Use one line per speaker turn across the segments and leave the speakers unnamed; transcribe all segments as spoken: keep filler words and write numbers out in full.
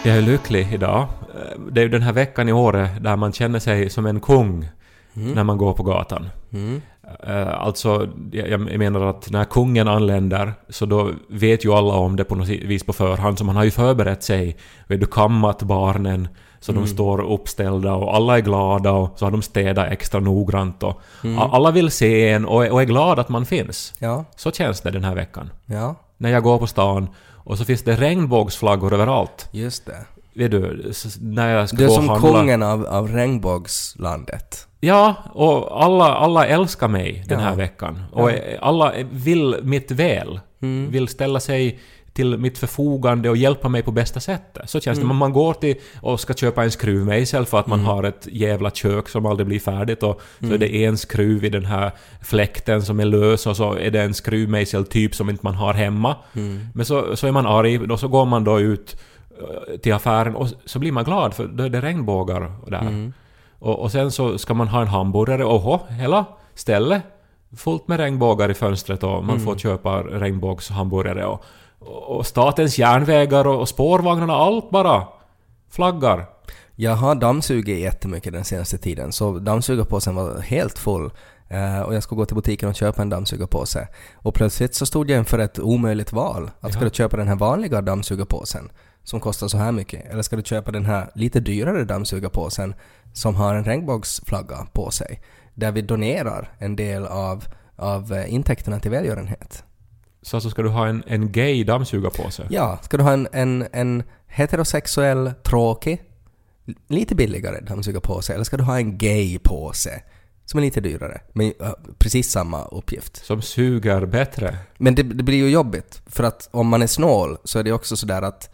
Jag är lycklig idag. Det är ju den här veckan i året där man känner sig som en kung mm. när man går på gatan. Mm. Alltså, jag menar att när kungen anländer så då vet ju alla om det på något vis på förhand. Så man har ju förberett sig. Vet du, kammat barnen så mm. de står uppställda och alla är glada och så har de städat extra noggrant. Och mm. alla vill se en och är, och är glad att man finns. Ja. Så känns det den här veckan. Ja. När jag går på stan och så finns det regnbågsflaggor överallt.
Just det.
Vet du, när jag ska
du är
gå
som
handla.
Kungen av, av regnbågslandet.
Ja, och alla, alla älskar mig den här ja. veckan. Och ja. alla vill mitt väl. Mm. Vill ställa sig till mitt förfogande och hjälpa mig på bästa sätt. Så känns mm. det. Man går till och ska köpa en skruvmejsel för att man mm. har ett jävla kök som aldrig blir färdigt. Och mm. så är det en skruv i den här fläkten som är lös och så är det en skruvmejsel typ som inte man har hemma. Mm. Men så, så är man arg och så går man då ut till affären och så blir man glad för då är det regnbågar där. Mm. Och, och sen så ska man ha en hamburgare och ho, hela stället fullt med regnbågar i fönstret och man mm. får köpa regnbågshamburgare och, och statens järnvägar och, och spårvagnarna, allt bara flaggar.
Jag har dammsugit jättemycket den senaste tiden så dammsugarpåsen var helt full. Uh, och jag skulle gå till butiken och köpa en dammsugarpåse. Och plötsligt så stod jag inför ett omöjligt val. Att ska du köpa den här vanliga dammsugarpåsen som kostar så här mycket? Eller ska du köpa den här lite dyrare dammsugarpåsen som har en regnbågsflagga på sig? Där vi donerar en del av, av intäkterna till välgörenhet.
Så alltså ska du ha en, en gay dammsugarpåse?
Ja, ska du ha en, en, en heterosexuell, tråkig, lite billigare dammsugarpåse? Eller ska du ha en gay påse som är lite dyrare, men uh, precis samma uppgift.
Som suger bättre.
Men det, det blir ju jobbigt, för att om man är snål så är det också sådär att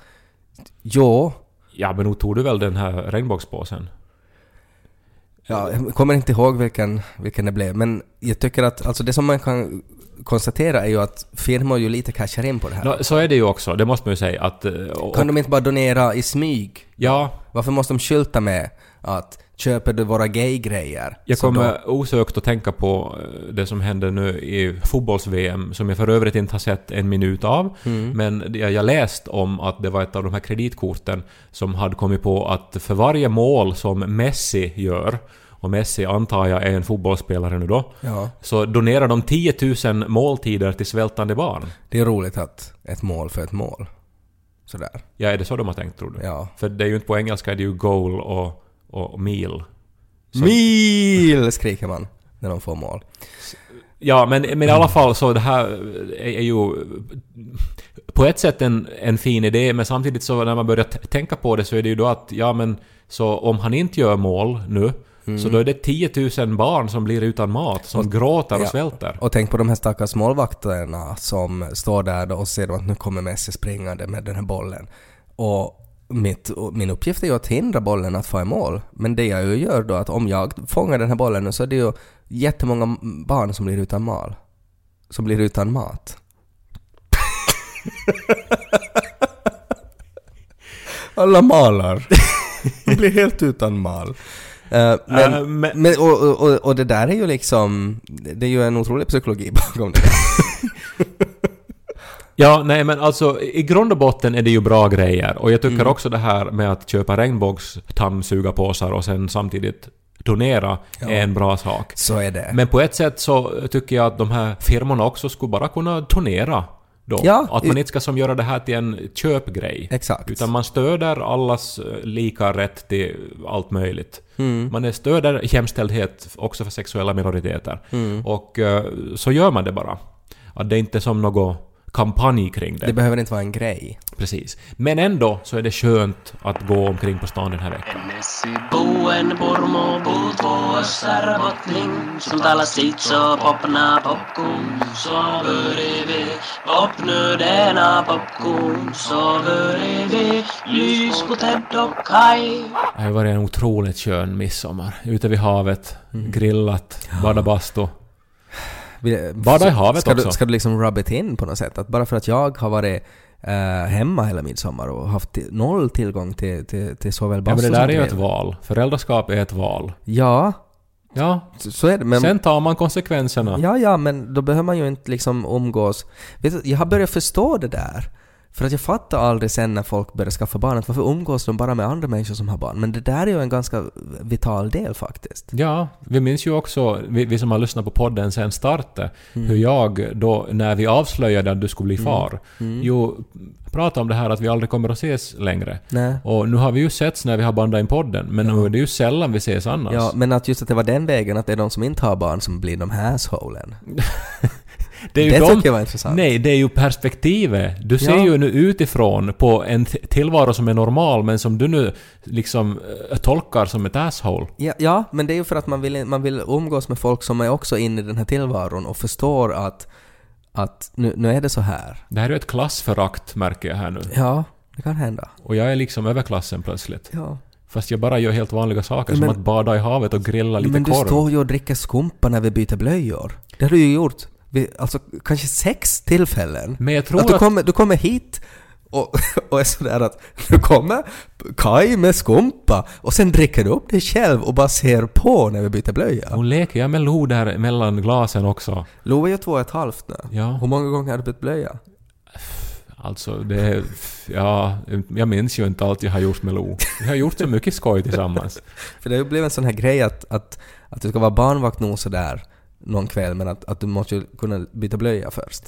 jo...
Ja, men nog tog du väl den här regnbågspåsen?
Ja, jag kommer inte ihåg vilken, vilken det blev, men jag tycker att alltså det som man kan konstatera är ju att firmor ju lite cashar in på det här.
No, så är det ju också, det måste man ju säga. Att,
och, kan de inte bara donera i smyg?
Ja.
Varför måste de skylta med att köper du våra gay-grejer?
Jag kommer då... osökt att tänka på det som hände nu i fotbolls-V M som jag för övrigt inte har sett en minut av. Mm. Men jag, jag läst om att det var ett av de här kreditkorten som hade kommit på att för varje mål som Messi gör, och Messi antar jag är en fotbollsspelare nu då, ja. så donerar de tio tusen måltider till svältande barn.
Det är roligt att ett mål för ett mål. Sådär.
Ja, är det så de har tänkt, tror du?
Ja.
För det är ju inte på engelska, det är ju goal och och meal.
Så... Meal skriker man när de får mål.
Ja, men, men i alla fall så det här är, är ju på ett sätt en, en fin idé, men samtidigt så när man börjar t- tänka på det så är det ju då att ja men så om han inte gör mål nu mm. så då är det tio tusen barn som blir utan mat, som och, gråter och ja. svälter.
Och tänk på de här stackars målvakterna som står där och ser att nu kommer Messi springande med den här bollen. Och Mitt, min uppgift är ju att hindra bollen att få i mål. Men det jag ju gör då att om jag fångar den här bollen så är det ju jättemånga barn som blir utan mal. Som blir utan mat. Alla malar. De blir helt utan mal. Uh, men, uh, men... Men, och, och, och det där är ju liksom det är ju en otrolig psykologi bakom det där.
Ja, nej men alltså i grund och botten är det ju bra grejer. Och jag tycker mm. också det här med att köpa regnbågstandsugarpåsar och sen samtidigt donera ja. är en bra sak.
Så är det.
Men på ett sätt så tycker jag att de här firmorna också skulle bara kunna donera då.
Ja.
Att man inte ska som göra det här till en köpgrej.
Exakt.
Utan man stöder allas lika rätt till allt möjligt.
Mm.
Man stöder jämställdhet också för sexuella minoriteter.
Mm.
Och så gör man det bara. Att det inte är som något kampanj kring det.
Det behöver inte vara en grej.
Precis. Men ändå så är det skönt att gå omkring på stan den här veckan. Det har varit en otroligt skön midsommar. Ute vid havet, mm. grillat, bada bastu. Bada i havet
ska
också.
Du, ska du liksom rub it in på något sätt? Att bara för att jag har varit uh, hemma hela midsommar och haft noll tillgång till, till, till såväl bastu som
ja, men det där är ju
grill.
ett val. Föräldraskap är ett val.
Ja.
Ja.
Så, så är det. Men,
sen tar man konsekvenserna.
Ja, ja, men då behöver man ju inte liksom umgås. Vet du, jag har börjat förstå det där. För att jag fattar aldrig sen när folk börjar skaffa barn att varför umgås de bara med andra människor som har barn. Men det där är ju en ganska vital del faktiskt.
Ja, vi minns ju också, vi, vi som har lyssnat på podden sen starten, mm. hur jag då, när vi avslöjade att du skulle bli far, mm. Mm. jo, pratade om det här att vi aldrig kommer att ses längre.
Nej.
Och nu har vi ju setts när vi har bandat in podden, men ja. nu är det ju sällan vi ses annars.
Ja, men att just att det var den vägen, att det är de som inte har barn som blir de här assholen.
Det, är ju
det
de,
tycker jag var intressant.
Nej, det är ju perspektivet. Du ser ja. ju nu utifrån på en t- tillvaro som är normal, men som du nu liksom äh, tolkar som ett asshole.
Ja, ja, men det är ju för att man vill, man vill umgås med folk som är också inne i den här tillvaron och förstår att, att nu, nu är det så här.
Det här är ju ett klassförakt, märker jag här nu.
Ja, det kan hända.
Och jag är liksom överklassen plötsligt.
Ja.
Fast jag bara gör helt vanliga saker,
men,
som att bada i havet och grilla lite korv.
Men du korv. står ju och dricker skumpa när vi byter blöjor. Det har du ju gjort. Vi, alltså kanske sex tillfällen.
Men jag tror
att du,
att...
Kommer, du kommer hit och, och är sådär att du kommer Kaj med skumpa och sen dricker du upp dig själv och bara ser på när vi byter blöja.
Hon leker jag med Lo där mellan glasen också.
Lo är ju två och ett halvt nu.
Ja.
Hur många gånger har du bytt blöja?
Alltså, det... Ja, jag minns ju inte allt jag har gjort med Lo. Vi har gjort så mycket skoj tillsammans.
För det blev en sån här grej att, att, att du ska vara barnvakt nog sådär någon kväll, men att, att du måste kunna byta blöja först.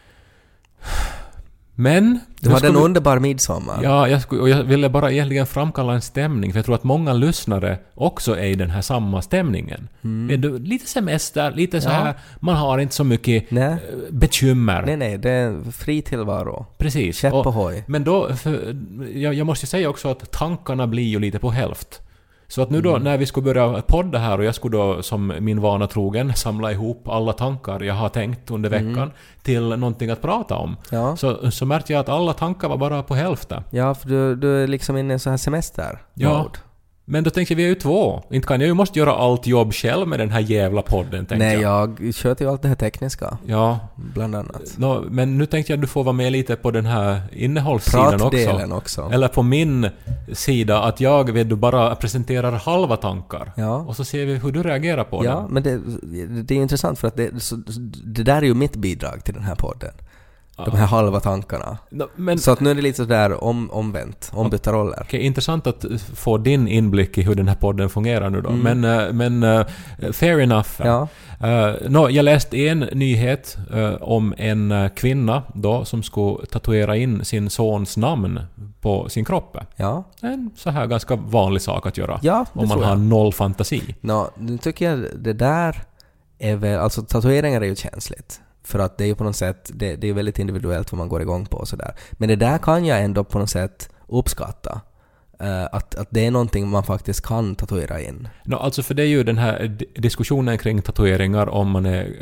Men...
Du hade en underbar midsommar.
Ja, jag, skulle, och jag ville bara egentligen framkalla en stämning, för jag tror att många lyssnare också är i den här samma stämningen. Mm. Det är lite semester, lite så här, ja. Man har inte så mycket nej. bekymmer.
Nej, nej, det är fri tillvaro.
Precis.
Käpp och hoj.
Men då, för, jag, jag måste säga också att tankarna blir ju lite på hälft. Så att nu då, mm. när vi skulle börja podda här och jag skulle då som min vana trogen samla ihop alla tankar jag har tänkt under veckan mm. till någonting att prata om. Ja. Så, så märkte jag att alla tankar var bara på hälften.
Ja, för du, du är liksom inne i en sån här semester.
Ja. Mode. Men då tänkte jag, vi är ju två. Inte kan jag ju måste göra allt jobb själv med den här jävla podden, tänkte
Nej,
jag.
jag kör ju allt det här tekniska.
Ja.
Bland annat.
No, men nu tänkte jag att du får vara med lite på den här innehållssidan också.
också.
Eller på min sida, att jag vet du bara presenterar halva tankar.
Ja.
Och så ser vi hur du reagerar på
ja,
det.
Ja, men det, det är ju intressant för att det, så, det där är ju mitt bidrag till den här podden. De här halva tankarna.
No, men,
så att nu är det lite sådär om, omvänt, ombytta roller.
Okej, okay, intressant att få din inblick i hur den här podden fungerar nu då. Mm. Men, men uh, fair enough.
Ja.
Uh, no, jag läste en nyhet uh, om en uh, kvinna då som skulle tatuera in sin sons namn på sin kropp.
Ja.
En så här ganska vanlig sak att göra.
Ja,
om man har jag. noll fantasi.
No, nu tycker jag det där är väl... Alltså tatueringar är ju känsligt. För att det är ju på något sätt, det, det är väldigt individuellt vad man går igång på och sådär. Men det där kan jag ändå på något sätt uppskatta. Uh, att, att det är någonting man faktiskt kan tatuera in.
No, alltså för det är ju den här d- diskussionen kring tatueringar om man är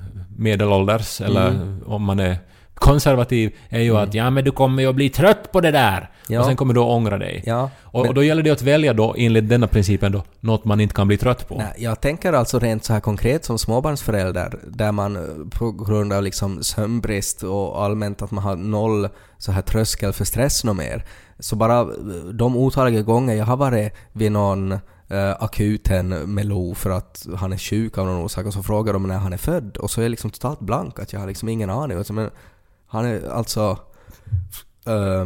medelålders mm. eller om man är konservativ är ju mm. att ja men du kommer ju att bli trött på det där. Ja. Och sen kommer du att ångra dig.
Ja,
och, och då gäller det att välja då enligt denna principen då något man inte kan bli trött på.
Nej, jag tänker alltså rent så här konkret som småbarnsförälder där man på grund av liksom sömnbrist och allmänt att man har noll så här tröskel för stress och mer. Så bara de otaliga gånger jag har varit vid någon Uh, akuten med Lo för att han är sjuk av någon orsak och så frågar de när han är född och så är jag liksom totalt blank att jag har liksom ingen aning. Alltså, men han är alltså uh,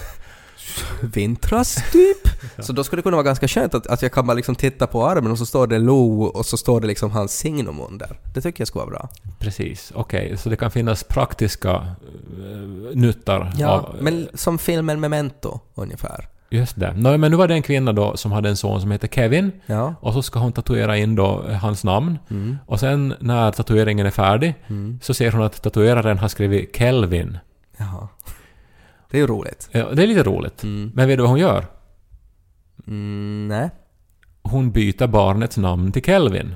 vintras typ. Ja. Så då skulle det kunna vara ganska skönt att, att jag kan bara liksom titta på armen och så står det Lo och så står det liksom hans signum under. Det tycker jag skulle vara bra.
Precis, okej. Okay. Så det kan finnas praktiska uh, nyttar.
Ja,
av,
men som filmen Memento ungefär.
Just det. No, men nu var det en kvinna då som hade en son som heter Kevin.
Ja.
Och så ska hon tatuera in då hans namn. Mm. Och sen när tatueringen är färdig mm. så ser hon att tatueraren har skrivit Kelvin.
Jaha. Det är ju roligt.
Ja, det är lite roligt. Mm. Men vet du vad hon gör?
Mm, nej.
Hon byter barnets namn till Kelvin.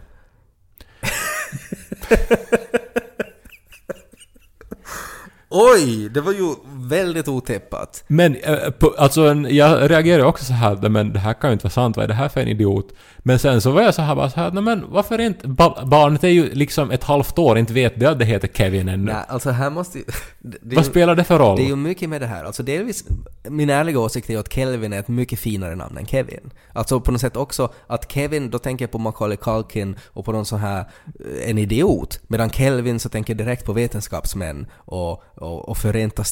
Oj, det var ju väldigt otippat.
Men alltså, jag reagerar också så här, men det här kan ju inte vara sant, vad är det här för en idiot? Men sen så var jag så här bara så här, nej men varför inte? Ba- barnet är ju liksom ett halvt år, inte vet det att det heter Kevin ännu.
Nej, alltså här måste ju... Det, det
vad
ju,
spelar det för roll?
Det är ju mycket med det här. Alltså delvis, min ärliga åsikt är att Kelvin är ett mycket finare namn än Kevin. Alltså på något sätt också att Kevin, då tänker jag på Macaulay Culkin och på någon så här, en idiot. Medan Kelvin så tänker jag direkt på vetenskapsmän och, och, och Förenta Staterna.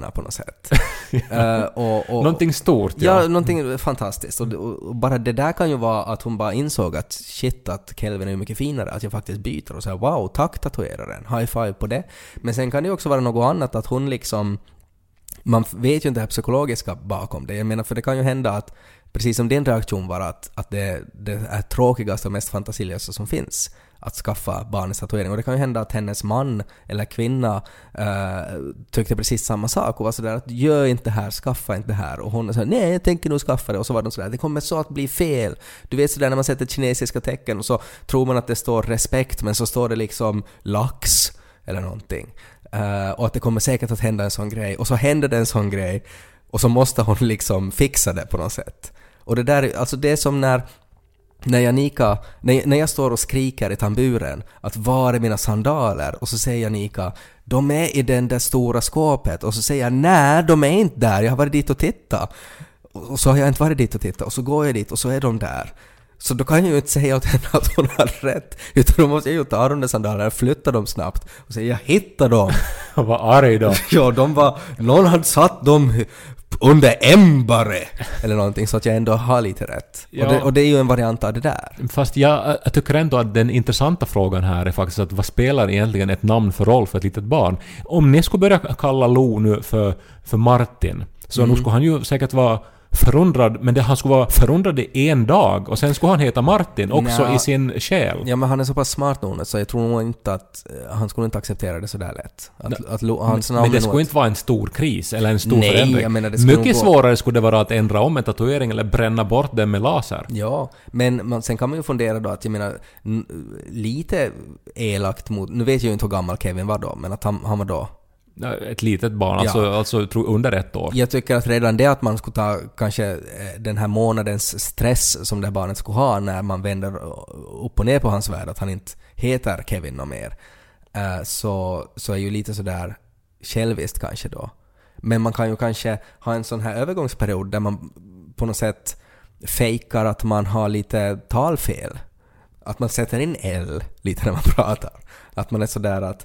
vuxna på något sätt. uh, och, och,
någonting stort, ja.
Ja, någonting fantastiskt. Och, och bara det där kan ju vara att hon bara insåg att shit, att Kelvin är mycket finare, att jag faktiskt byter och säger wow, tack tatueraren, high five på det. Men sen kan det ju också vara något annat, att hon liksom, man vet ju inte det här psykologiska bakom det. Jag menar, för det kan ju hända att precis som din reaktion var att, att det, det är tråkigaste och mest fantasilösa som finns, att skaffa barnets tatuering. Och det kan ju hända att hennes man eller kvinna äh, tyckte precis samma sak och var sådär att gör inte det här, skaffa inte det här. Och hon sa nej, jag tänker nog skaffa det. Och så var de sådär, det kommer så att bli fel. Du vet sådär när man sätter kinesiska tecken och så tror man att det står respekt, men så står det liksom lax eller någonting. Uh, och att det kommer säkert att hända en sån grej. Och så händer det en sån grej och så måste hon liksom fixa det på något sätt. Och det där, alltså det är som när När Janika, när, när jag står och skriker i tamburen att var är mina sandaler? Och så säger Janika, de är i den där stora skåpet. Och så säger jag, nej, de är inte där, jag har varit dit och tittat. Och, och så har jag inte varit dit och tittat. Och så går jag dit och så är de där. Så då kan jag ju inte säga åt henne att hon har rätt. Utan då måste jag ju ta de där sandalerna, flytta dem snabbt och säga, jag hittar dem.
Jag var arg då.
Ja, de var, någon hade satt dem under ämbare eller någonting, så att jag ändå har lite rätt. Ja. Och, det, och det är ju en variant av det där.
Fast jag, jag tycker ändå att den intressanta frågan här är faktiskt att vad spelar egentligen ett namn för roll för ett litet barn? Om ni skulle börja kalla Lo nu för, för Martin, så mm. nu skulle han ju säkert vara förundrad, men det, han skulle vara förundrad i en dag och sen skulle han heta Martin också Nja. i sin själ.
Ja, men han är så pass smart nu så jag tror nog inte att han skulle inte acceptera det så där lätt. Att,
att,
att, att, hans
men det skulle att... inte vara en stor kris eller en stor
Nej,
förändring.
Jag menar, det
mycket svårare skulle det vara att ändra om en tatuering eller bränna bort den med laser.
Ja, men man, sen kan man ju fundera då att jag menar n- lite elakt mot, nu vet jag ju inte hur gammal Kevin var då, men att han, han var då
ett litet barn, alltså, ja. alltså tror under ett år.
Jag tycker att redan det att man skulle ta kanske den här månadens stress som det här barnet skulle ha när man vänder upp och ner på hans värld, att han inte heter Kevin något mer, så, så är ju lite sådär själviskt kanske då. Men man kan ju kanske ha en sån här övergångsperiod där man på något sätt fejkar att man har lite talfel. Att man sätter in L lite när man pratar. Att man är sådär att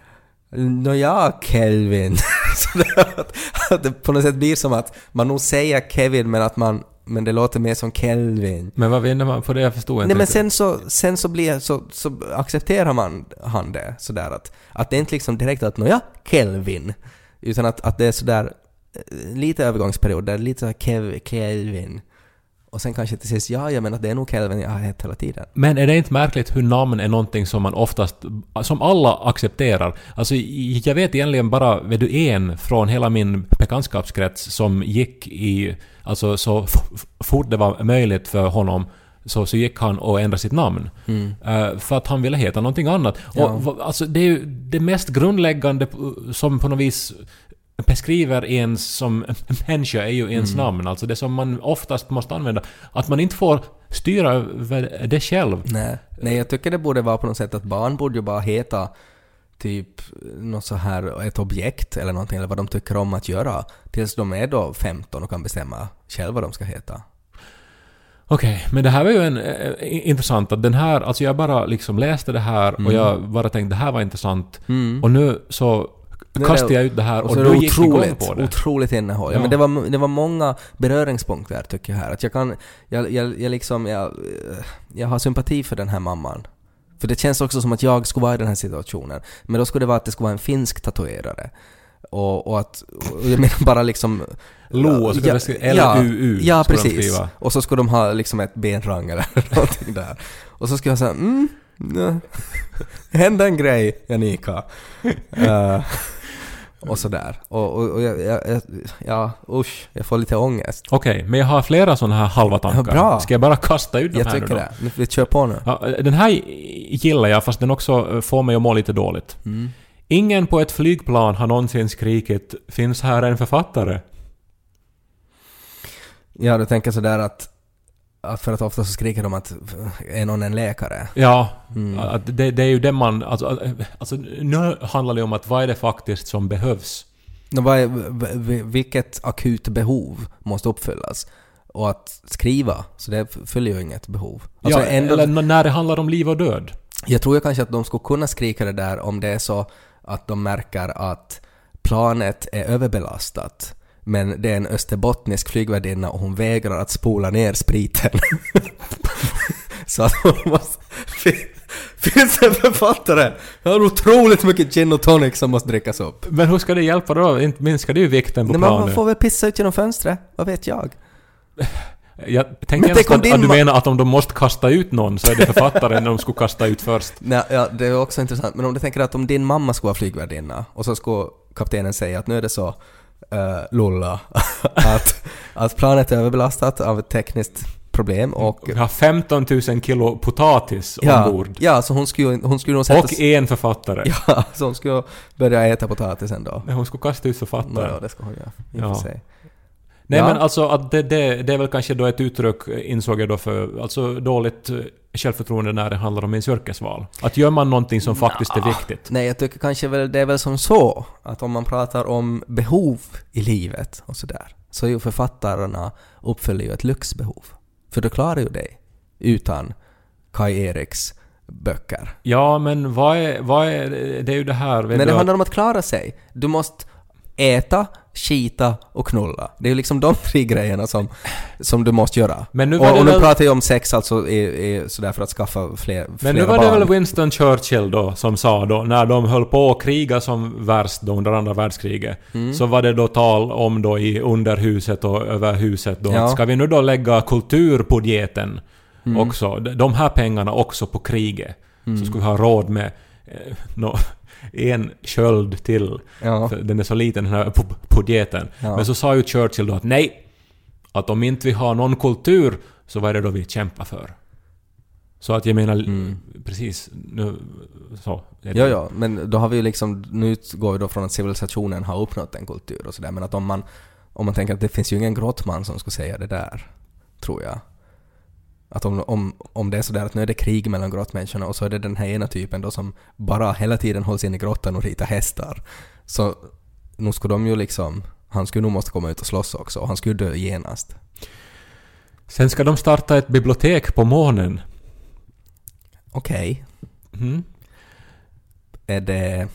Nåja, Kelvin. att, att det på något sätt blir som att man nog säger Kevin, men att man men det låter mer som Kelvin.
Men vad vinner man på det? Jag förstår inte.
Nej, men sen så sen så blir så så accepterar man han det så där att att det inte liksom direkt att nåja, Kelvin, utan att att det är så där lite övergångsperiod där lite så här Kev, Kelvin. Och sen kanske till sist, ja, jag menar att det är nog Kelvin jag har hett hela tiden.
Men är det inte märkligt hur namn är någonting som man oftast, som alla accepterar? Alltså, jag vet egentligen bara, vet du, en från hela min bekantskapskrets som gick i, alltså så f- fort det var möjligt för honom, så, så gick han och ändrade sitt namn. Mm. Uh, för att han ville heta någonting annat. Ja. Och alltså, det är ju det mest grundläggande som på något vis beskriver ens som människa är ju ens mm. namn. Alltså det som man oftast måste använda. Att man inte får styra över det själv.
Nej. Nej, jag tycker det borde vara på något sätt att barn borde ju bara heta typ något så här, ett objekt eller någonting, eller vad de tycker om att göra tills de är då femton och kan bestämma själva vad de ska heta.
Okej, okay, men det här var ju en äh, intressant att den här, alltså jag bara liksom läste det här mm. och jag bara tänkte det här var intressant mm. och nu så kastade jag ut det här och, och då gick jag igång på det.
Otroligt innehåll. Ja. Ja, men det var, det var många beröringspunkter tycker jag här. Att jag kan, jag, jag, jag liksom, jag, jag har sympati för den här mamman. För det känns också som att jag skulle vara i den här situationen. Men då skulle det vara att det skulle vara en finsk tatuerare. Och, och att, och jag menar bara liksom
Lo,
ja,
L U U
ja, ja precis. Och så skulle de ha liksom ett benrang eller någonting där. Och så skulle jag säga, mm, ja. hända en grej, Janika. Uh, och sådär. Och, och, och jag, jag, ja, usch, jag får lite ångest.
Okej, okay, men jag har flera sådana här halva tankar.
Ja, bra.
Ska jag bara kasta ut dem
jag
här nu då?
Jag tycker det. Vi kör på nu.
Ja, den här gillar jag, fast den också får mig att må lite dåligt. Mm. Ingen på ett flygplan har någonsin skrikit, finns här en författare? Ja,
du tänker sådär att Att för att ofta så skriker de att är någon en läkare?
Ja, mm. att det, det är ju det man... Alltså, alltså, nu handlar det om att vad är det faktiskt som behövs?
Vad är, vilket akut behov måste uppfyllas? Och att skriva, så det fyller ju inget behov.
Alltså, ja, ändå, eller när det handlar om liv och död.
Jag tror ju kanske att de skulle kunna skrika det där om det är så att de märker att planet är överbelastat. Men det är en österbottnisk flygvärdinna och hon vägrar att spola ner spriten. Så att hon måste... Finns en författare? Jag har otroligt mycket gin och tonic som måste drickas upp.
Men hur ska det hjälpa då? Inte minskar det ju vikten på
Nej,
planet.
Men man får väl pissa ut genom fönstret. Vad vet jag?
Jag tänker nästan att, att du menar att om de måste kasta ut någon så är det författaren när de skulle kasta ut först.
Nej, ja, det är också intressant. Men om du tänker att om din mamma skulle vara flygvärdinna och så skulle kaptenen säga att nu är det så uh, Lolla att, att planet är överbelastat av ett tekniskt problem och...
Vi har femton tusen kilo potatis
ja,
ombord.
Ja, så hon skulle, hon skulle nog sätta...
Och en författare.
Ja, så hon skulle börja äta potatis ändå.
Nej, hon skulle kasta ut författaren.
Ja, det ska hon göra.
Ja.
Sig.
Nej,
ja.
men alltså att det, det, det är väl kanske då ett uttryck, insåg jag då, för alltså dåligt självförtroende när det handlar om ens yrkesval. Att gör man någonting som faktiskt ja. är viktigt.
Nej, jag tycker kanske väl det är väl som så att om man pratar om behov i livet och sådär, så är ju författarna uppfyller ju ett lyxbehov. För du klarar ju dig utan Kai Eriks böcker.
Ja, men vad är, vad är det är ju det här...
Men det handlar om att klara sig. Du måste äta, skita och knulla. Det är ju liksom de tre grejerna som, som du måste göra. Men nu och, och nu väl... pratar jag om sex alltså är, är sådär för att skaffa fler,
Men
flera
nu var
barn.
det väl Winston Churchill då som sa då, när de höll på att kriga som värst då under andra världskriget, mm. så var det då tal om då i underhuset och över huset då, ja. att ska vi nu då lägga kultur på dieten mm. också, de här pengarna också på kriget, mm. så ska vi ha råd med eh, no, en köld till. Ja. Den är så liten den här på, på dieten. Ja. Men så sa ju Churchill då att nej, att om inte vi har någon kultur så vad är det då vi kämpar för? Så att jag menar mm. precis nu så.
Ja ja, men då har vi ju liksom nu utgår vi då från att civilisationen har uppnått en kultur och sådär, men att om man om man tänker att det finns ju ingen grottman som ska säga det där, tror jag. Att om, om, om det är sådär att nu är det krig mellan grottmänniskorna och så är det den här ena typen då som bara hela tiden hålls in i grottan och ritar hästar. Så nu ska de ju liksom, han skulle nog måste komma ut och slåss också och han skulle dö genast.
Sen ska de starta ett bibliotek på månen.
Okej. Okay.
Mm.
Är det...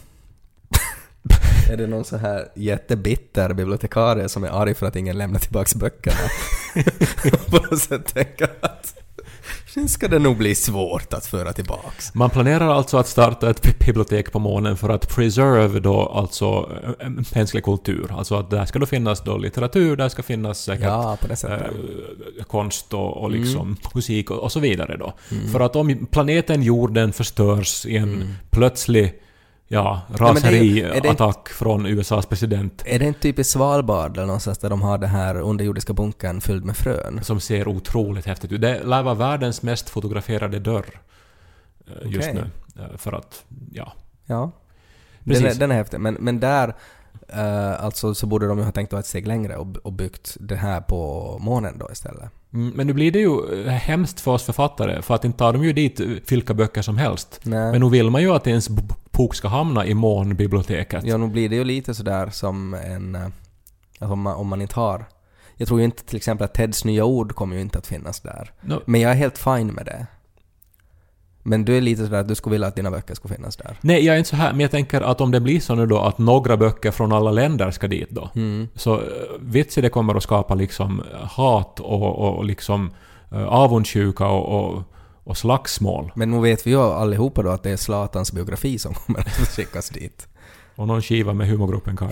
är det någon så här jättebitter bibliotekarie som är arg för att ingen lämnar tillbaks böckerna? På något sätt tänker att sen ska det nog bli svårt att föra tillbaks.
Man planerar alltså att starta ett bibliotek på månen för att preserve då alltså mänsklig kultur. Alltså att där ska då finnas då litteratur, där ska finnas säkert
ja, på det sättet.
Eh, konst och, och liksom mm. musik och, och så vidare då. Mm. För att om planeten jorden förstörs i en mm. plötslig ja, raseriattack från U S A:s president.
Är det inte typ i Svalbard eller någonstans där de har det här underjordiska bunkern fylld med frön?
Som ser otroligt häftigt ut. Det lär vara världens mest fotograferade dörr just okay. nu. För att, ja.
Ja, den är, den är häftig. Men, men där uh, alltså så borde de ju ha tänkt att ett steg längre och, och byggt det här på månen då istället.
Mm, men nu blir det ju hemskt för oss författare, för att inte tar de ju dit vilka böcker som helst. Nej. Men nu vill man ju att ens bok ska hamna i månbiblioteket.
Ja, nu blir det ju lite sådär som en... Alltså om, man, om man inte har... Jag tror ju inte till exempel att Teds nya ord kommer ju inte att finnas där. No. Men jag är helt fine med det. Men du är lite sådär att du skulle vilja att dina böcker ska finnas där.
Nej, jag är inte så här. Men jag tänker att om det blir så nu då att några böcker från alla länder ska dit då. Mm. Så vitsi det kommer att skapa liksom hat och, och liksom uh, avundsjuka och, och, och slagsmål.
Men nu vet vi ju allihopa då att det är Zlatans biografi som kommer att skickas dit.
Och någon skiva med humorgruppen Kai.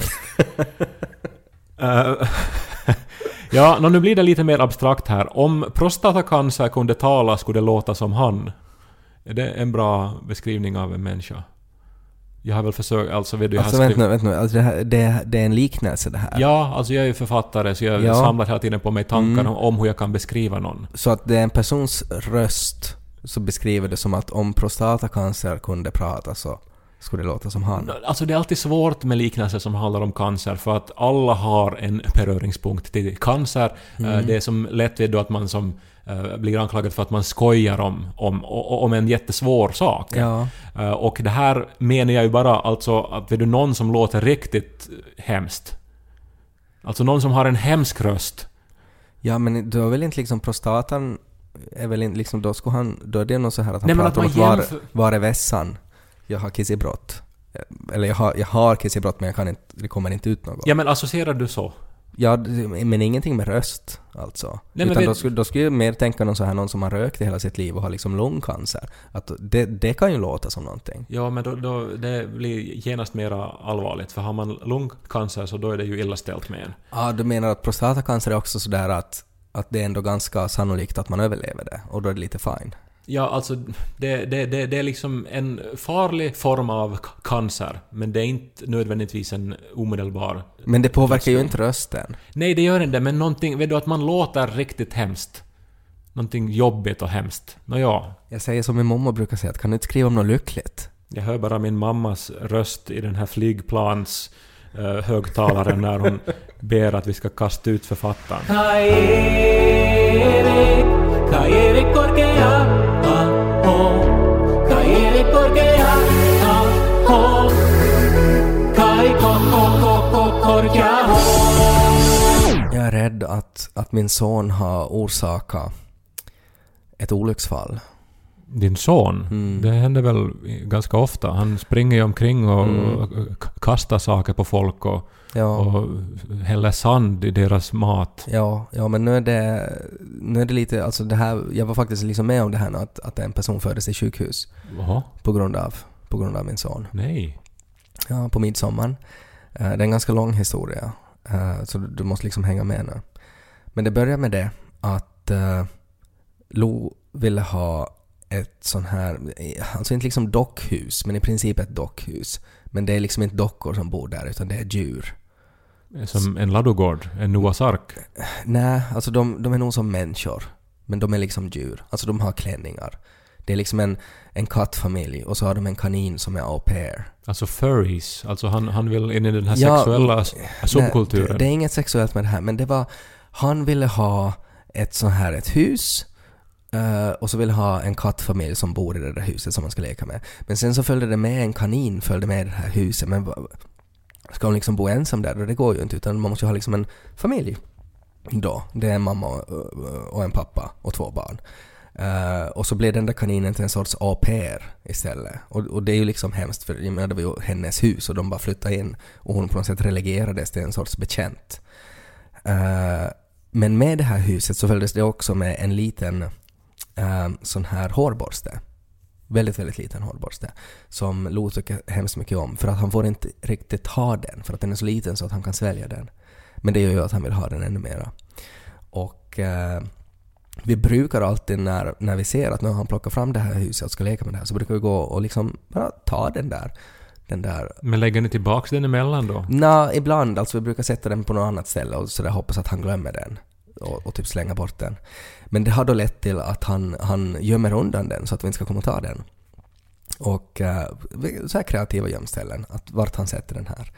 uh, ja, nu blir det lite mer abstrakt här. Om prostatacancer kunde tala skulle det låta som han. Är det en bra beskrivning av en människa? Jag har väl försökt... Alltså, vet du, jag
alltså
har
vänta nu, vänta nu. Alltså, det, här, det, det är en liknelse det här.
Ja, alltså jag är ju författare så jag ja. samlar hela tiden på mig tankar mm. om hur jag kan beskriva någon.
Så att det är en persons röst så beskriver det som att om prostatacancer kunde prata så skulle det låta som han.
Alltså det är alltid svårt med liknelser som handlar om cancer för att alla har en beröringspunkt till cancer. Mm. Det är som lätt vid då att man som uh, blir anklagad för att man skojar om, om, om en jättesvår sak.
Ja.
Uh, och det här menar jag ju bara alltså att vid någon som låter riktigt hemskt. Alltså någon som har en hemsk röst.
Ja, men du har väl inte liksom prostatan är väl inte liksom då ska han då är det nog så här att han
Nej,
pratar
att
om att var, var är vässan? Jag har kiss i brott. eller jag har, jag har kissbrott men jag kan inte, det kommer inte ut något.
Ja, men associerar du så?
Ja, men ingenting med röst alltså.
Nej,
Utan
vet...
då, skulle, då skulle jag mer tänka någon så här, någon som har rökt i hela sitt liv och har liksom lungcancer. Att det, det kan ju låta som någonting.
Ja, men då, då, det blir genast mer allvarligt. För har man lungcancer så då är det ju illa ställt med en.
Ja, du menar att prostatacancer är också sådär att, att det är ändå ganska sannolikt att man överlever det. Och då är det lite fine.
Ja, alltså det, det, det, det är liksom en farlig form av cancer, men det är inte nödvändigtvis en omedelbar...
Men det påverkar ju inte rösten.
Nej, det gör inte, men någonting, vet du, att man låter riktigt hemskt. Någonting jobbigt och hemskt. Nå ja.
Jag säger som min mamma brukar säga, att kan du inte skriva om något lyckligt?
Jag hör bara min mammas röst i den här flygplans uh, högtalaren när hon ber att vi ska kasta ut författaren.
Jag är rädd att, att min son har orsakat ett olycksfall.
Din son?
Mm.
Det händer väl ganska ofta. Han springer ju omkring och
Mm.
kastar saker på folk och,
Ja.
och häller sand i deras mat.
Ja, ja, men nu är det, nu är det lite, alltså det här, jag var faktiskt liksom med om det här nu, att, att en person föddes i sjukhus.
Jaha.
på grund av, på grund av min son.
Nej.
Ja, på midsommar. Det är en ganska lång historia, så du måste liksom hänga med nu. Men det börjar med det att uh, Lo ville ha ett sån här, alltså inte liksom dockhus, men i princip ett dockhus. Men det är liksom inte dockor som bor där, utan det är djur.
Som en ladugård, en Noahs ark.
Nej, alltså de, de är nog som människor, men de är liksom djur. Alltså de har klänningar. Det är liksom en, en kattfamilj och så har de en kanin som är au pair.
Alltså furries, alltså han, han vill in i den här
Ja,
sexuella subkulturen.
Nej, det, det är inget sexuellt med det här, men det var, han ville ha ett sån här ett hus uh, och så ville ha en kattfamilj som bor i det där huset som man ska leka med. Men sen så följde det med en kanin, följde med i det här huset, men ska hon liksom bo ensam där? Det går ju inte, utan man måste ha liksom en familj då. Det är en mamma och en pappa och två barn. Uh, och så blev den där kaninen till en sorts au pair istället. Och, och det är ju liksom hemskt, för jag menar, det var ju hennes hus och de bara flyttade in och hon på något sätt relegerades till en sorts bekänt. Uh, men med det här huset så följdes det också med en liten uh, sån här hårborste. Väldigt, väldigt liten hårborste som Lo tycker hemskt mycket om, för att han får inte riktigt ha den, för att den är så liten så att han kan svälja den. Men det gör ju att han vill ha den ännu mera. Och uh, vi brukar alltid när, när vi ser att när han plockar fram det här huset och ska leka med det här, så brukar vi gå och liksom bara ta den där. Den där.
Men lägger ni tillbaka den emellan då?
Nå, ibland. Alltså vi brukar sätta den på något annat ställe och så där hoppas att han glömmer den. Och, och typ slänga bort den. Men det har då lett till att han, han gömmer undan den så att vi inte ska komma och ta den. Och uh, så här kreativa gömställen. Att vart han sätter den här.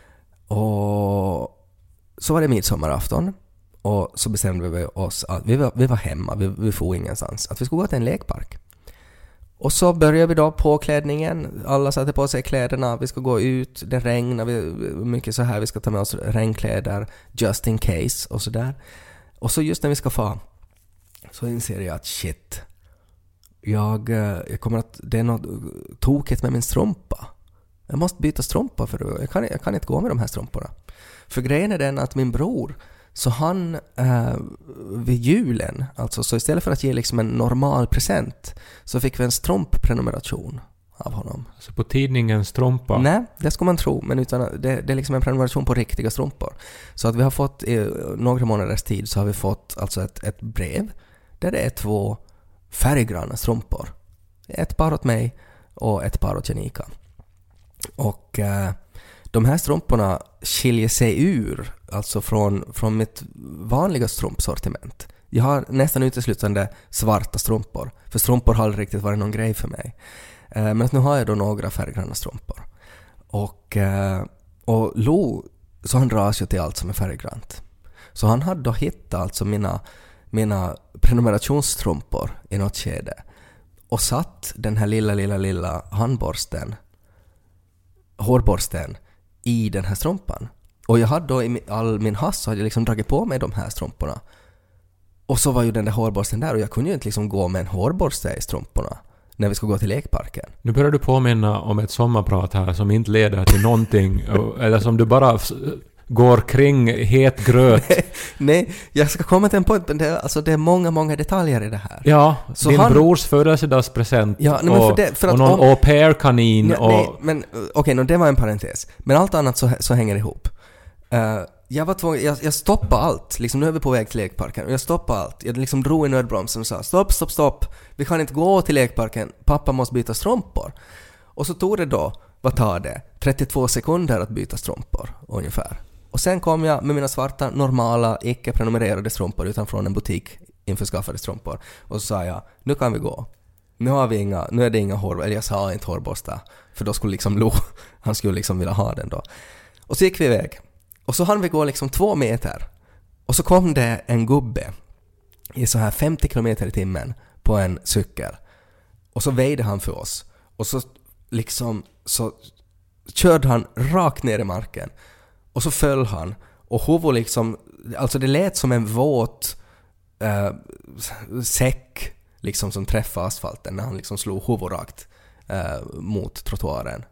Och så var det midsommarafton. Och så bestämde vi oss att vi var, vi var hemma, vi, vi får ingenstans. Att vi skulle gå till en lekpark. Och så började vi då påklädningen. Alla satte på sig kläderna. Vi ska gå ut, det regnar. Vi, mycket så här, vi ska ta med oss regnkläder. Just in case och sådär. Och så just när vi ska få, så inser jag att shit. Jag, jag kommer att, det är något tokigt med min strumpa. Jag måste byta strumpa för jag kan, jag kan inte gå med de här strumporna. För grejen är den att min bror, så han eh, vid julen, alltså så istället för att ge liksom en normal present, så fick vi en strumpprenumeration av honom.
Alltså på tidningen Strumpa?
Nej, det ska man tro, men utan det, det är liksom en prenumeration på riktiga strumpor. Så att vi har fått i några månaders tid så har vi fått alltså ett, ett brev där det är två färggranna strumpor. Ett par åt mig och ett par åt Janika. Och eh, de här strumporna skiljer sig ur alltså från, från mitt vanliga strumpsortiment. Jag har nästan uteslutande svarta strumpor. För strumpor har aldrig riktigt varit någon grej för mig. Eh, men nu har jag då några färggranna strumpor. Och, eh, och Lo, så han dras ju till allt som är färggrant. Så han hade då hittat alltså mina, mina prenumerationsstrumpor i något skede. Och satt den här lilla, lilla, lilla handborsten, hårborsten, i den här strumpan. Och jag hade då i all min hast så hade jag liksom dragit på mig de här strumporna. Och så var ju den där hårborsten där och jag kunde ju inte liksom gå med en hårborste i strumporna när vi ska gå till lekparken.
Nu börjar du påminna om ett sommarprat här som inte leder till någonting, eller som du bara går kring het gröt.
Nej, jag ska komma till en point, men det är, alltså, det är många, många detaljer i det här.
Ja,
så
din
han,
brors födelsedagspresent
ja, nej,
och,
för det, för att
och någon
om,
au pair-kanin.
Nej,
och...
nej men okej, okay, no, det var en parentes. Men allt annat så, så hänger ihop. Uh, jag var tvungen, jag, jag stoppade allt. Liksom, nu är vi på väg till lekparken och jag stoppade allt. Jag liksom drog i nödbromsen och sa stopp, stopp, stopp. Vi kan inte gå till lekparken. Pappa måste byta strumpor. Och så tog det då, vad tar det? trettiotvå sekunder att byta strumpor ungefär. Och sen kom jag med mina svarta, normala, icke-prenumererade strumpor utanför en butik införskaffade strumpor. Och så sa jag, nu kan vi gå. Nu har vi inga, nu är det inga hår, eller jag sa inte hårborsta. För då skulle liksom Lo, han skulle liksom vilja ha den då. Och så gick vi iväg. Och så hann vi gå liksom två meter. Och så kom det en gubbe i så här femtio kilometer i timmen på en cykel. Och så väjde han för oss. Och så liksom så körde han rakt ner i marken. Och så föll han. Och huvudet liksom, alltså det lät som en våt äh, säck liksom som träffade asfalten när han liksom slog huvudet rakt äh, mot trottoaren.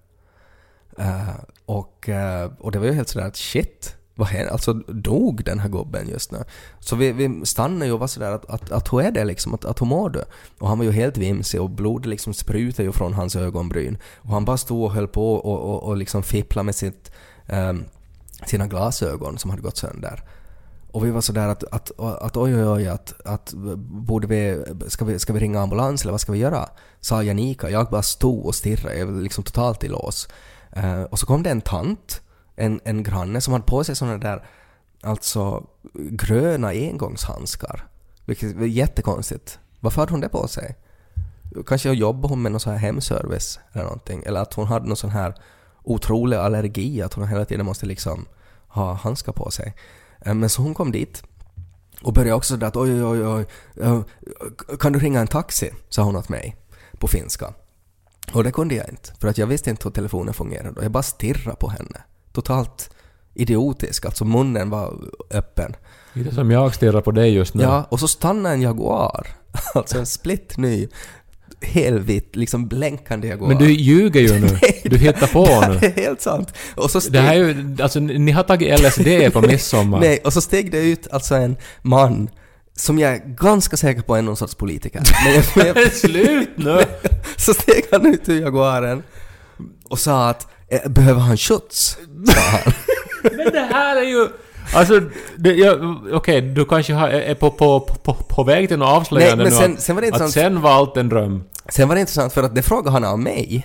Uh, och, uh, och det var ju helt sådär att shit, vad händer? Alltså dog den här gubben just nu. Så vi, vi stannade ju och var sådär att, att, att hur är det liksom, att, att hur mår du? Och han var ju helt vimsig och blodet liksom sprutade ju från hans ögonbryn. Och han bara stod och höll på och, och, och liksom fippla med sitt, um, sina glasögon som hade gått sönder. Och vi var sådär att, att, att, att oj oj oj, att, att borde vi, ska vi, ska vi ringa ambulans eller vad ska vi göra? Sa Janika, jag bara stod och stirrade, jag var liksom totalt i lås. Uh, och så kom det en tant, en, en granne som hade på sig såna där alltså gröna engångshandskar. Vilket var jättekonstigt. Varför hade hon det på sig? Kanske jobbade hon med någon sån här hemservice eller någonting. Eller att hon hade någon sån här otrolig allergi att hon hela tiden måste liksom ha handskar på sig. Uh, men så hon kom dit och började också säga att oj oj oj, uh, kan du ringa en taxi? Sa hon åt mig på finska. Och det kunde jag inte, för att jag visste inte hur telefonen fungerade. Jag bara stirrade på henne. Totalt idiotisk, alltså munnen var öppen.
Det är det som jag stirrar på dig just nu.
Ja, och så stannade en Jaguar. Alltså en splitt ny, helvitt, liksom blänkande Jaguar.
Men du ljuger ju nu.
Nej,
du hittar på nu.
Det är helt sant. Och så steg...
Det här är ju, alltså ni har tagit L S D på midsommar.
Nej, och så steg det ut alltså en man som jag är ganska säker på är någon sorts politiker. Men jag,
jag... Slut nu!
Så steg han ut ur Jaguaren och sa att behöver han skjuts? Sa han.
Men det här är ju... Alltså, ja, okej, okay, du kanske har, är på, på, på, på väg till något avslöjande. Nej, men sen,
nu, sen var det
att sen var allt en dröm.
Sen var det intressant för att det frågade han av mig.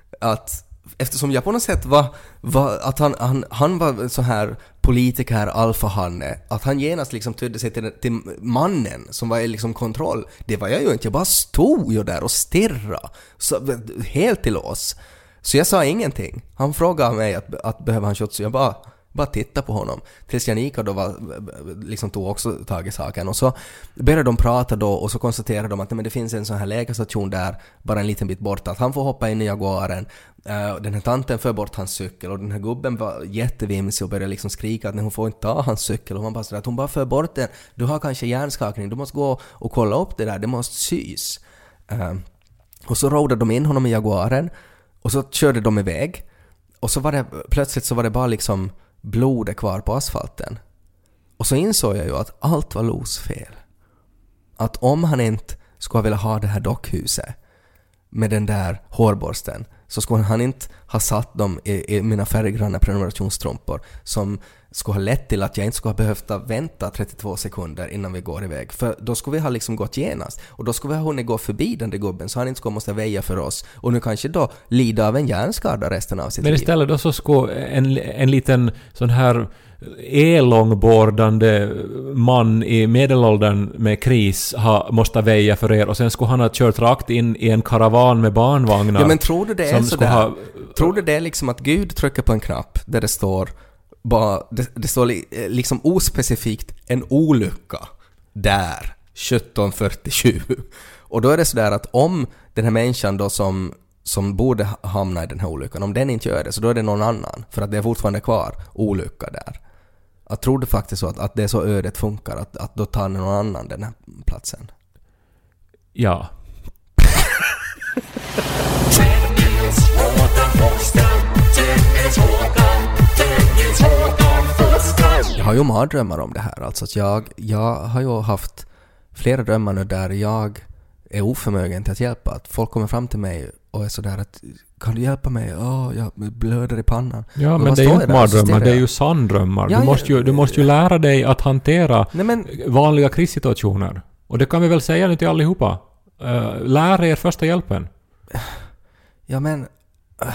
Att eftersom jag på något sätt var, var att han, han, han var så här politiker, alfahanne, att han genast liksom tydde sig till, till mannen som var i liksom kontroll. Det var jag ju inte, jag bara stod ju där och stirrade så, helt till oss. Så jag sa ingenting. Han frågade mig att, att behöver han skjuts, så jag bara bara titta på honom. Tills Janika då var, liksom tog också tag i saken. Och så började de prata då och så konstaterade de att men det finns en sån här läkarstation där bara en liten bit bort. Att han får hoppa in i Jaguaren. Uh, den här tanten för bort hans cykel och den här gubben var jättevimsig och började liksom skrika att hon får inte ta hans cykel. Och man bara så att hon bara för bort den. Du har kanske hjärnskakning. Du måste gå och kolla upp det där. Det måste sys. Uh, och så rådade de in honom i Jaguaren. Och så körde de iväg. Och så var det plötsligt så var det bara liksom blodet kvar på asfalten. Och så insåg jag ju att allt var Los fel. Att om han inte skulle vilja ha det här dockhuset med den där hårborsten så skulle han inte ha satt dem i, i mina färggranna prenumerationsstrumpor som skulle ha lett till att jag inte skulle ha behövt vänta trettiotvå sekunder innan vi går iväg. För då skulle vi ha liksom gått genast. Och då skulle vi ha hunnit gå förbi den där gubben så han inte skulle måste väja för oss. Och nu kanske då lida av en hjärnskada resten av sitt liv.
Men istället då så skulle en, en liten sån här elångbordande man i medelåldern med kris ha, måste väja för er och sen skulle han ha kört rakt in i en karavan med barnvagnar.
Ja, men tror du det är så där? Ha... Tror du det är liksom att Gud trycker på en knapp där det står bara, det, det står li, liksom ospecifikt en olycka där sjutton fyrtiosju. Och då är det så där att om den här människan då som som borde hamna i den här olyckan, om den inte gör det så då är det någon annan för att det är fortfarande kvar olycka där. Jag tror det faktiskt så att, att det är så ödet funkar att, att då tar någon annan den här platsen.
Ja.
Jag har ju mardrömmar om det här. Alltså att jag, jag har ju haft flera drömmar nu där jag är oförmögen till att hjälpa. Att folk kommer fram till mig och är sådär att kan du hjälpa mig? Åh, jag blöder i pannan.
Ja,
och
men det är ju inte mardrömmar, det är ju sanndrömmar.
Ja,
du, måste ju, du måste ju lära dig att hantera
nej, men,
vanliga krissituationer. Och det kan vi väl säga nu till allihopa. Uh, lär er första hjälpen.
Ja, men... Uh,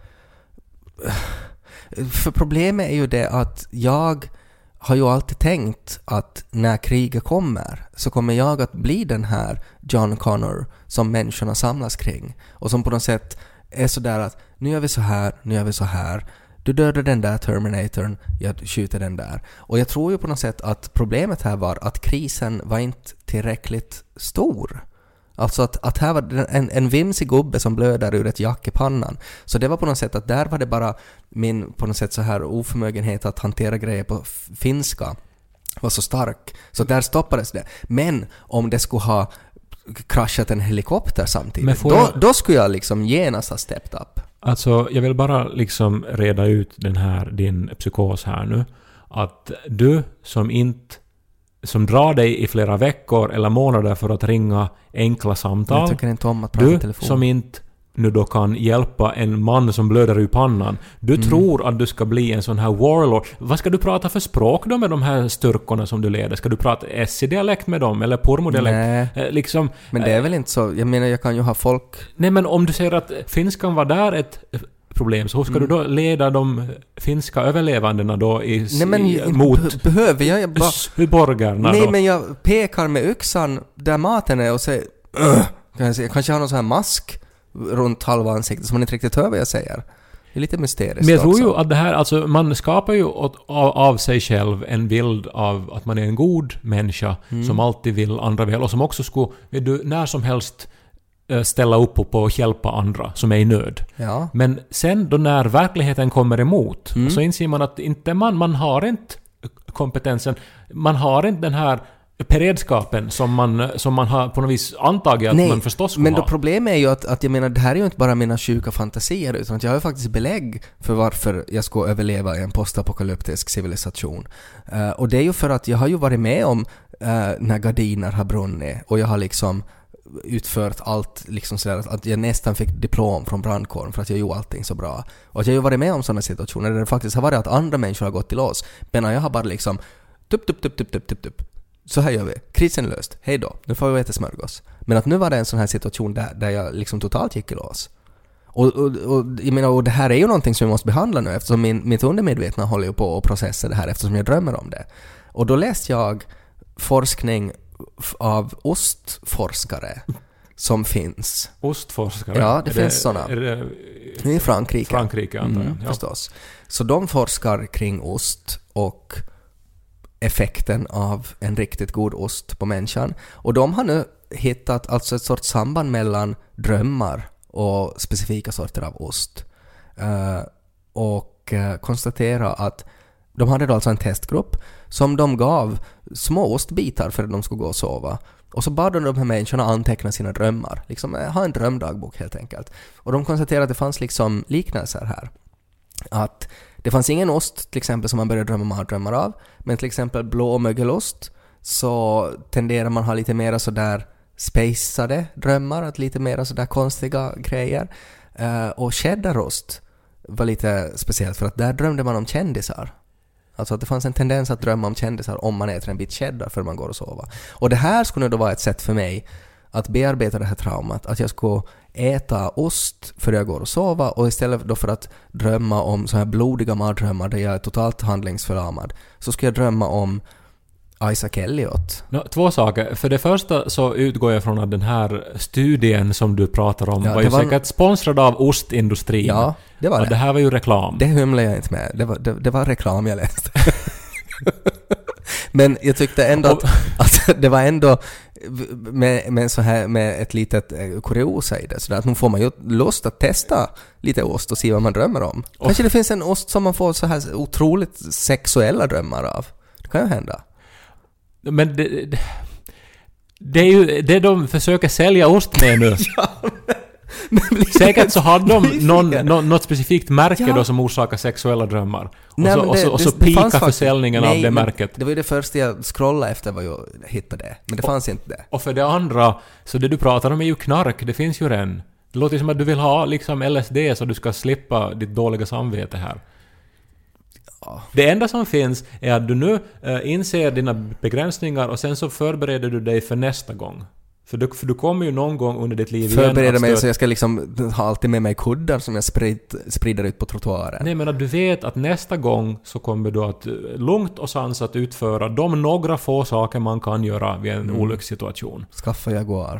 uh, för problemet är ju det att jag har ju alltid tänkt att när kriget kommer så kommer jag att bli den här John Connor som människorna samlas kring. Och som på något sätt är sådär att nu gör vi så här, nu gör vi så här. Du dödar den där Terminatorn, jag skjuter den där. Och jag tror ju på något sätt att problemet här var att krisen var inte tillräckligt stor. Alltså att, att här var en, en vimsig gubbe som blöder ur ett jack i pannan. Så det var på något sätt att där var det bara min på något sätt så här oförmögenhet att hantera grejer på finska var så stark. Så där stoppades det. Men om det skulle ha kraschat en helikopter samtidigt, då, jag... då skulle jag liksom genast ha stepped up.
Alltså, jag vill bara liksom reda ut den här, din psykos här nu. Att du som inte som drar dig i flera veckor eller månader för att ringa enkla samtal.
Jag tycker inte om att prata
du
i telefon.
Som inte nu då kan hjälpa en man som blöder ur pannan. Du mm. tror att du ska bli en sån här warlord. Vad ska du prata för språk då med de här styrkorna som du leder? Ska du prata S I-dialekt med dem eller pormodialekt? Eh, liksom,
men det är väl inte så. Jag menar, jag kan ju ha folk...
Nej, men om du säger att finskan var där ett problem, så hur ska mm. du då leda de finska överlevandena då i,
nej, men,
i, mot
be- behöver jag, jag bara,
borgarna
nej,
då?
Men jag pekar med yxan där maten är och säger jag kanske har någon sån här mask runt halva ansiktet som man inte riktigt hör vad jag säger. Det är lite mysteriskt.
Men jag tror
också.
ju att det här, alltså man skapar ju åt, av, av sig själv en bild av att man är en god människa mm. som alltid vill andra väl och som också skulle, vet du, när som helst ställa upp på och hjälpa andra som är i nöd.
Ja.
Men sen då när verkligheten kommer emot mm. så inser man att inte man, man har inte kompetensen, man har inte den här beredskapen som man, som man har på något vis antagit att
nej,
man förstås ska
men
ha.
då problemet är ju att, att jag menar, det här är ju inte bara mina sjuka fantasier utan att jag har ju faktiskt belägg för varför jag ska överleva i en postapokalyptisk civilisation. Uh, och det är ju för att jag har ju varit med om uh, när gardiner har brunnit och jag har liksom utfört allt liksom sådär att jag nästan fick diplom från brandkåren för att jag gjorde allting så bra. Och att jag har ju varit med om sådana situationer där det faktiskt har varit att andra människor har gått till oss. Men jag har bara liksom tup, tup, tup, tup, tup, tup, tup. Så här gör vi. Krisen är löst. Hej då. Nu får vi äta smörgås. Men att nu var det en sån här situation där, där jag liksom totalt gick i lås. Och, och, och, jag menar, och det här är ju någonting som vi måste behandla nu eftersom min, mitt undermedvetna håller ju på att processa det här eftersom jag drömmer om det. Och då läste jag forskning av ostforskare som finns.
Ostforskare?
Ja, det
är
finns
det,
sådana.
Är det,
det är Frankrike.
Frankrike antar jag.
Mm,
ja.
Förstås. Så de forskar kring ost och effekten av en riktigt god ost på människan. Och de har nu hittat alltså ett sorts samband mellan drömmar och specifika sorter av ost. Uh, och uh, konstatera att de hade då alltså en testgrupp som de gav små ostbitar för att de skulle gå och sova. Och så bad de de här människorna anteckna sina drömmar. Liksom ha en drömdagbok helt enkelt. Och de konstaterade att det fanns liksom liknelser här. Att det fanns ingen ost till exempel som man började drömma mardrömmar av. Men till exempel blå mögelost så tenderar man ha lite mer sådär spacade drömmar. Att lite mer sådär konstiga grejer. Uh, och cheddarost var lite speciellt för att där drömde man om kändisar. Alltså att det fanns en tendens att drömma om kändisar om man äter en bit cheddar för man går och sova. Och det här skulle då vara ett sätt för mig att bearbeta det här traumat. Att jag skulle äta ost för att jag går och sova och istället då för att drömma om så här blodiga mardrömmar där jag är totalt handlingsförlamad så ska jag drömma om Isaac Elliot.
No, två saker. För det första så utgår jag från att den här studien som du pratar om ja, var ju var säkert sponsrad av ostindustrin.
Ja, det var det.
Och det här var ju reklam.
Det hymlar jag inte med. Det var, det, det var reklam jag läste. Men jag tyckte ändå att, att det var ändå med, med, så här, med ett litet kuriosa i det. Så att nu får man ju lust att testa lite ost och se vad man drömmer om. Och kanske det finns en ost som man får så här otroligt sexuella drömmar av. Det kan ju hända.
Men det, det, det är ju det de försöker sälja ost med nu.
Ja,
Säkert så hade de någon, någon, något specifikt märke ja. då som orsakar sexuella drömmar. Och
nej,
så,
det,
och så, och så
det,
pika
det
försäljningen nej, av det märket.
Det var ju det första jag scrollade efter vad jag hittade det. Men det och, fanns inte det.
Och för det andra, så det du pratar om är ju knark. Det finns ju redan. Det låter som att du vill ha liksom L S D så du ska slippa ditt dåliga samvete här. Ja. Det enda som finns är att du nu äh, inser dina begränsningar och sen så förbereder du dig för nästa gång. För du, för du kommer ju någon gång under ditt liv
Förbereder
igen
mig så jag ska liksom ha alltid med mig kuddar som jag sprid, sprider ut på trottoaren.
Nej, men att du vet att nästa gång så kommer du att lugnt och sansat utföra de några få saker man kan göra vid en mm. olyckssituation.
Skaffa Jaguar.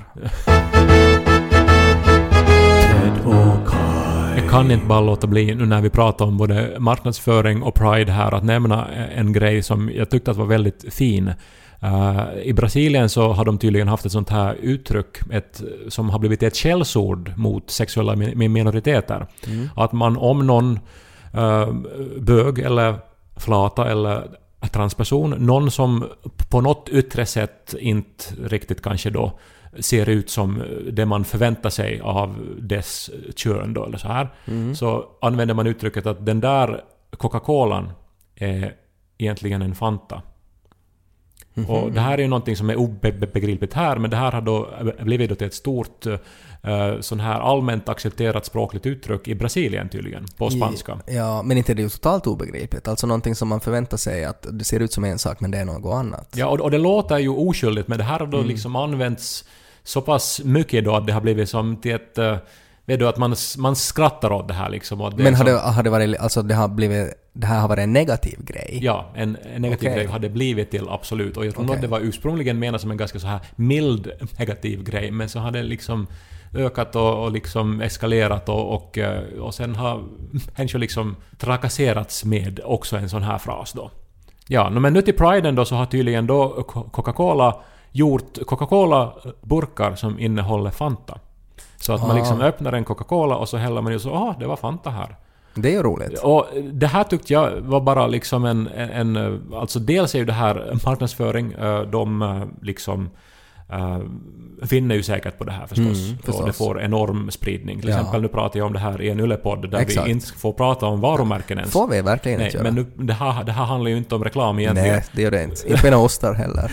Jag kan inte bara låta bli nu när vi pratar om både marknadsföring och Pride här att nämna en grej som jag tyckte att var väldigt fin. Uh, I Brasilien så har de tydligen haft ett sånt här uttryck ett, som har blivit ett källsord mot sexuella minoriteter. Mm. Att man om någon uh, bög eller flata eller transperson, någon som på något yttre sätt inte riktigt kanske då ser ut som det man förväntar sig av dess kön då, eller så här. Mm. Så använder man uttrycket att den där Coca-Colan är egentligen en Fanta. Mm-hmm. Och det här är ju någonting som är obegripligt här, men det här har då blivit då till ett stort uh, sån här allmänt accepterat språkligt uttryck i Brasilien tydligen, på spanska.
Ja, men inte det är ju totalt obegripligt. Alltså någonting som man förväntar sig att det ser ut som en sak, men det är något annat.
Ja, och, och det låter ju oskyldigt, men det här har då mm. liksom använts så pass mycket då att det har blivit som till ett... Uh, vet du, att man, man skrattar åt det här liksom. Och det
men har,
som,
det, har det varit... Alltså det har blivit... Det här har varit en negativ grej?
Ja, en, en negativ okay. grej har det blivit till, absolut. Och jag tror okay. att det var ursprungligen menat som en ganska så här mild negativ grej, men så har det liksom ökat och, och liksom eskalerat och, och, och sen har människor liksom trakasserats med också en sån här fras då. Ja, men nu till Priden då så har tydligen då Coca-Cola gjort Coca-Cola-burkar som innehåller Fanta. Så att ah. man liksom öppnar en Coca-Cola och så häller man ju så, ah, det var Fanta här.
Det är ju roligt.
Och det här tyckte jag var bara liksom en, en, en alltså dels är ju det här marknadsföring, de liksom uh, vinner ju säkert på det här förstås. Mm, förstås. Och det får enorm spridning. Till ja. exempel nu pratar jag om det här i en Yllepodd där Exakt. vi inte får prata om varumärken ens.
Får vi verkligen
Nej,
inte göra.
Men nu, det, här, det här handlar ju inte om reklam egentligen.
Nej, det gör det inte. Inte med ostar heller.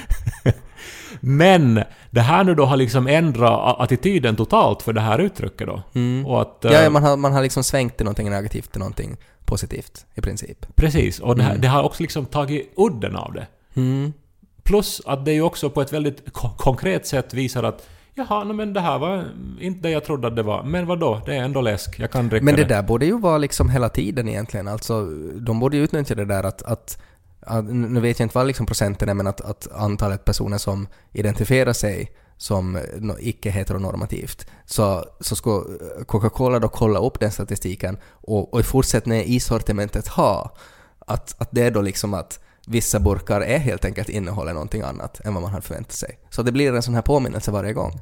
Men det här nu då har liksom ändrat attityden totalt för det här uttrycket då.
Mm.
Och att,
ja, man har, man har liksom svängt till någonting negativt till någonting positivt i princip.
Precis, och det, här, mm. det har också liksom tagit udden av det.
Mm.
Plus att det ju också på ett väldigt ko- konkret sätt visar att jaha, no, men det här var inte det jag trodde att det var. Men vad då? Det är ändå läsk. Jag kan dricka
Men det,
det
där borde ju vara liksom hela tiden egentligen. Alltså, de borde ju utnyttja det där att, att, att nu vet jag inte vad liksom procenten är, men att, att antalet personer som identifierar sig som icke-heteronormativt, så, så ska Coca-Cola då kolla upp den statistiken och, och i fortsättningen i sortimentet ha att, att det är då liksom att vissa burkar är helt enkelt innehåller någonting annat än vad man hade förväntat sig. Så det blir en sån här påminnelse varje gång.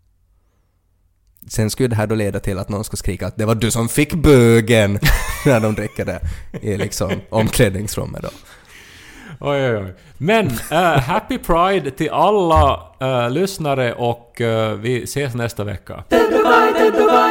Sen skulle det här då leda till att någon ska skrika att det var du som fick bögen när de dricker det i liksom omklädningsrummet då.
Oj, oj, oj. Men uh, Happy Pride till alla uh, lyssnare och uh, vi ses nästa vecka.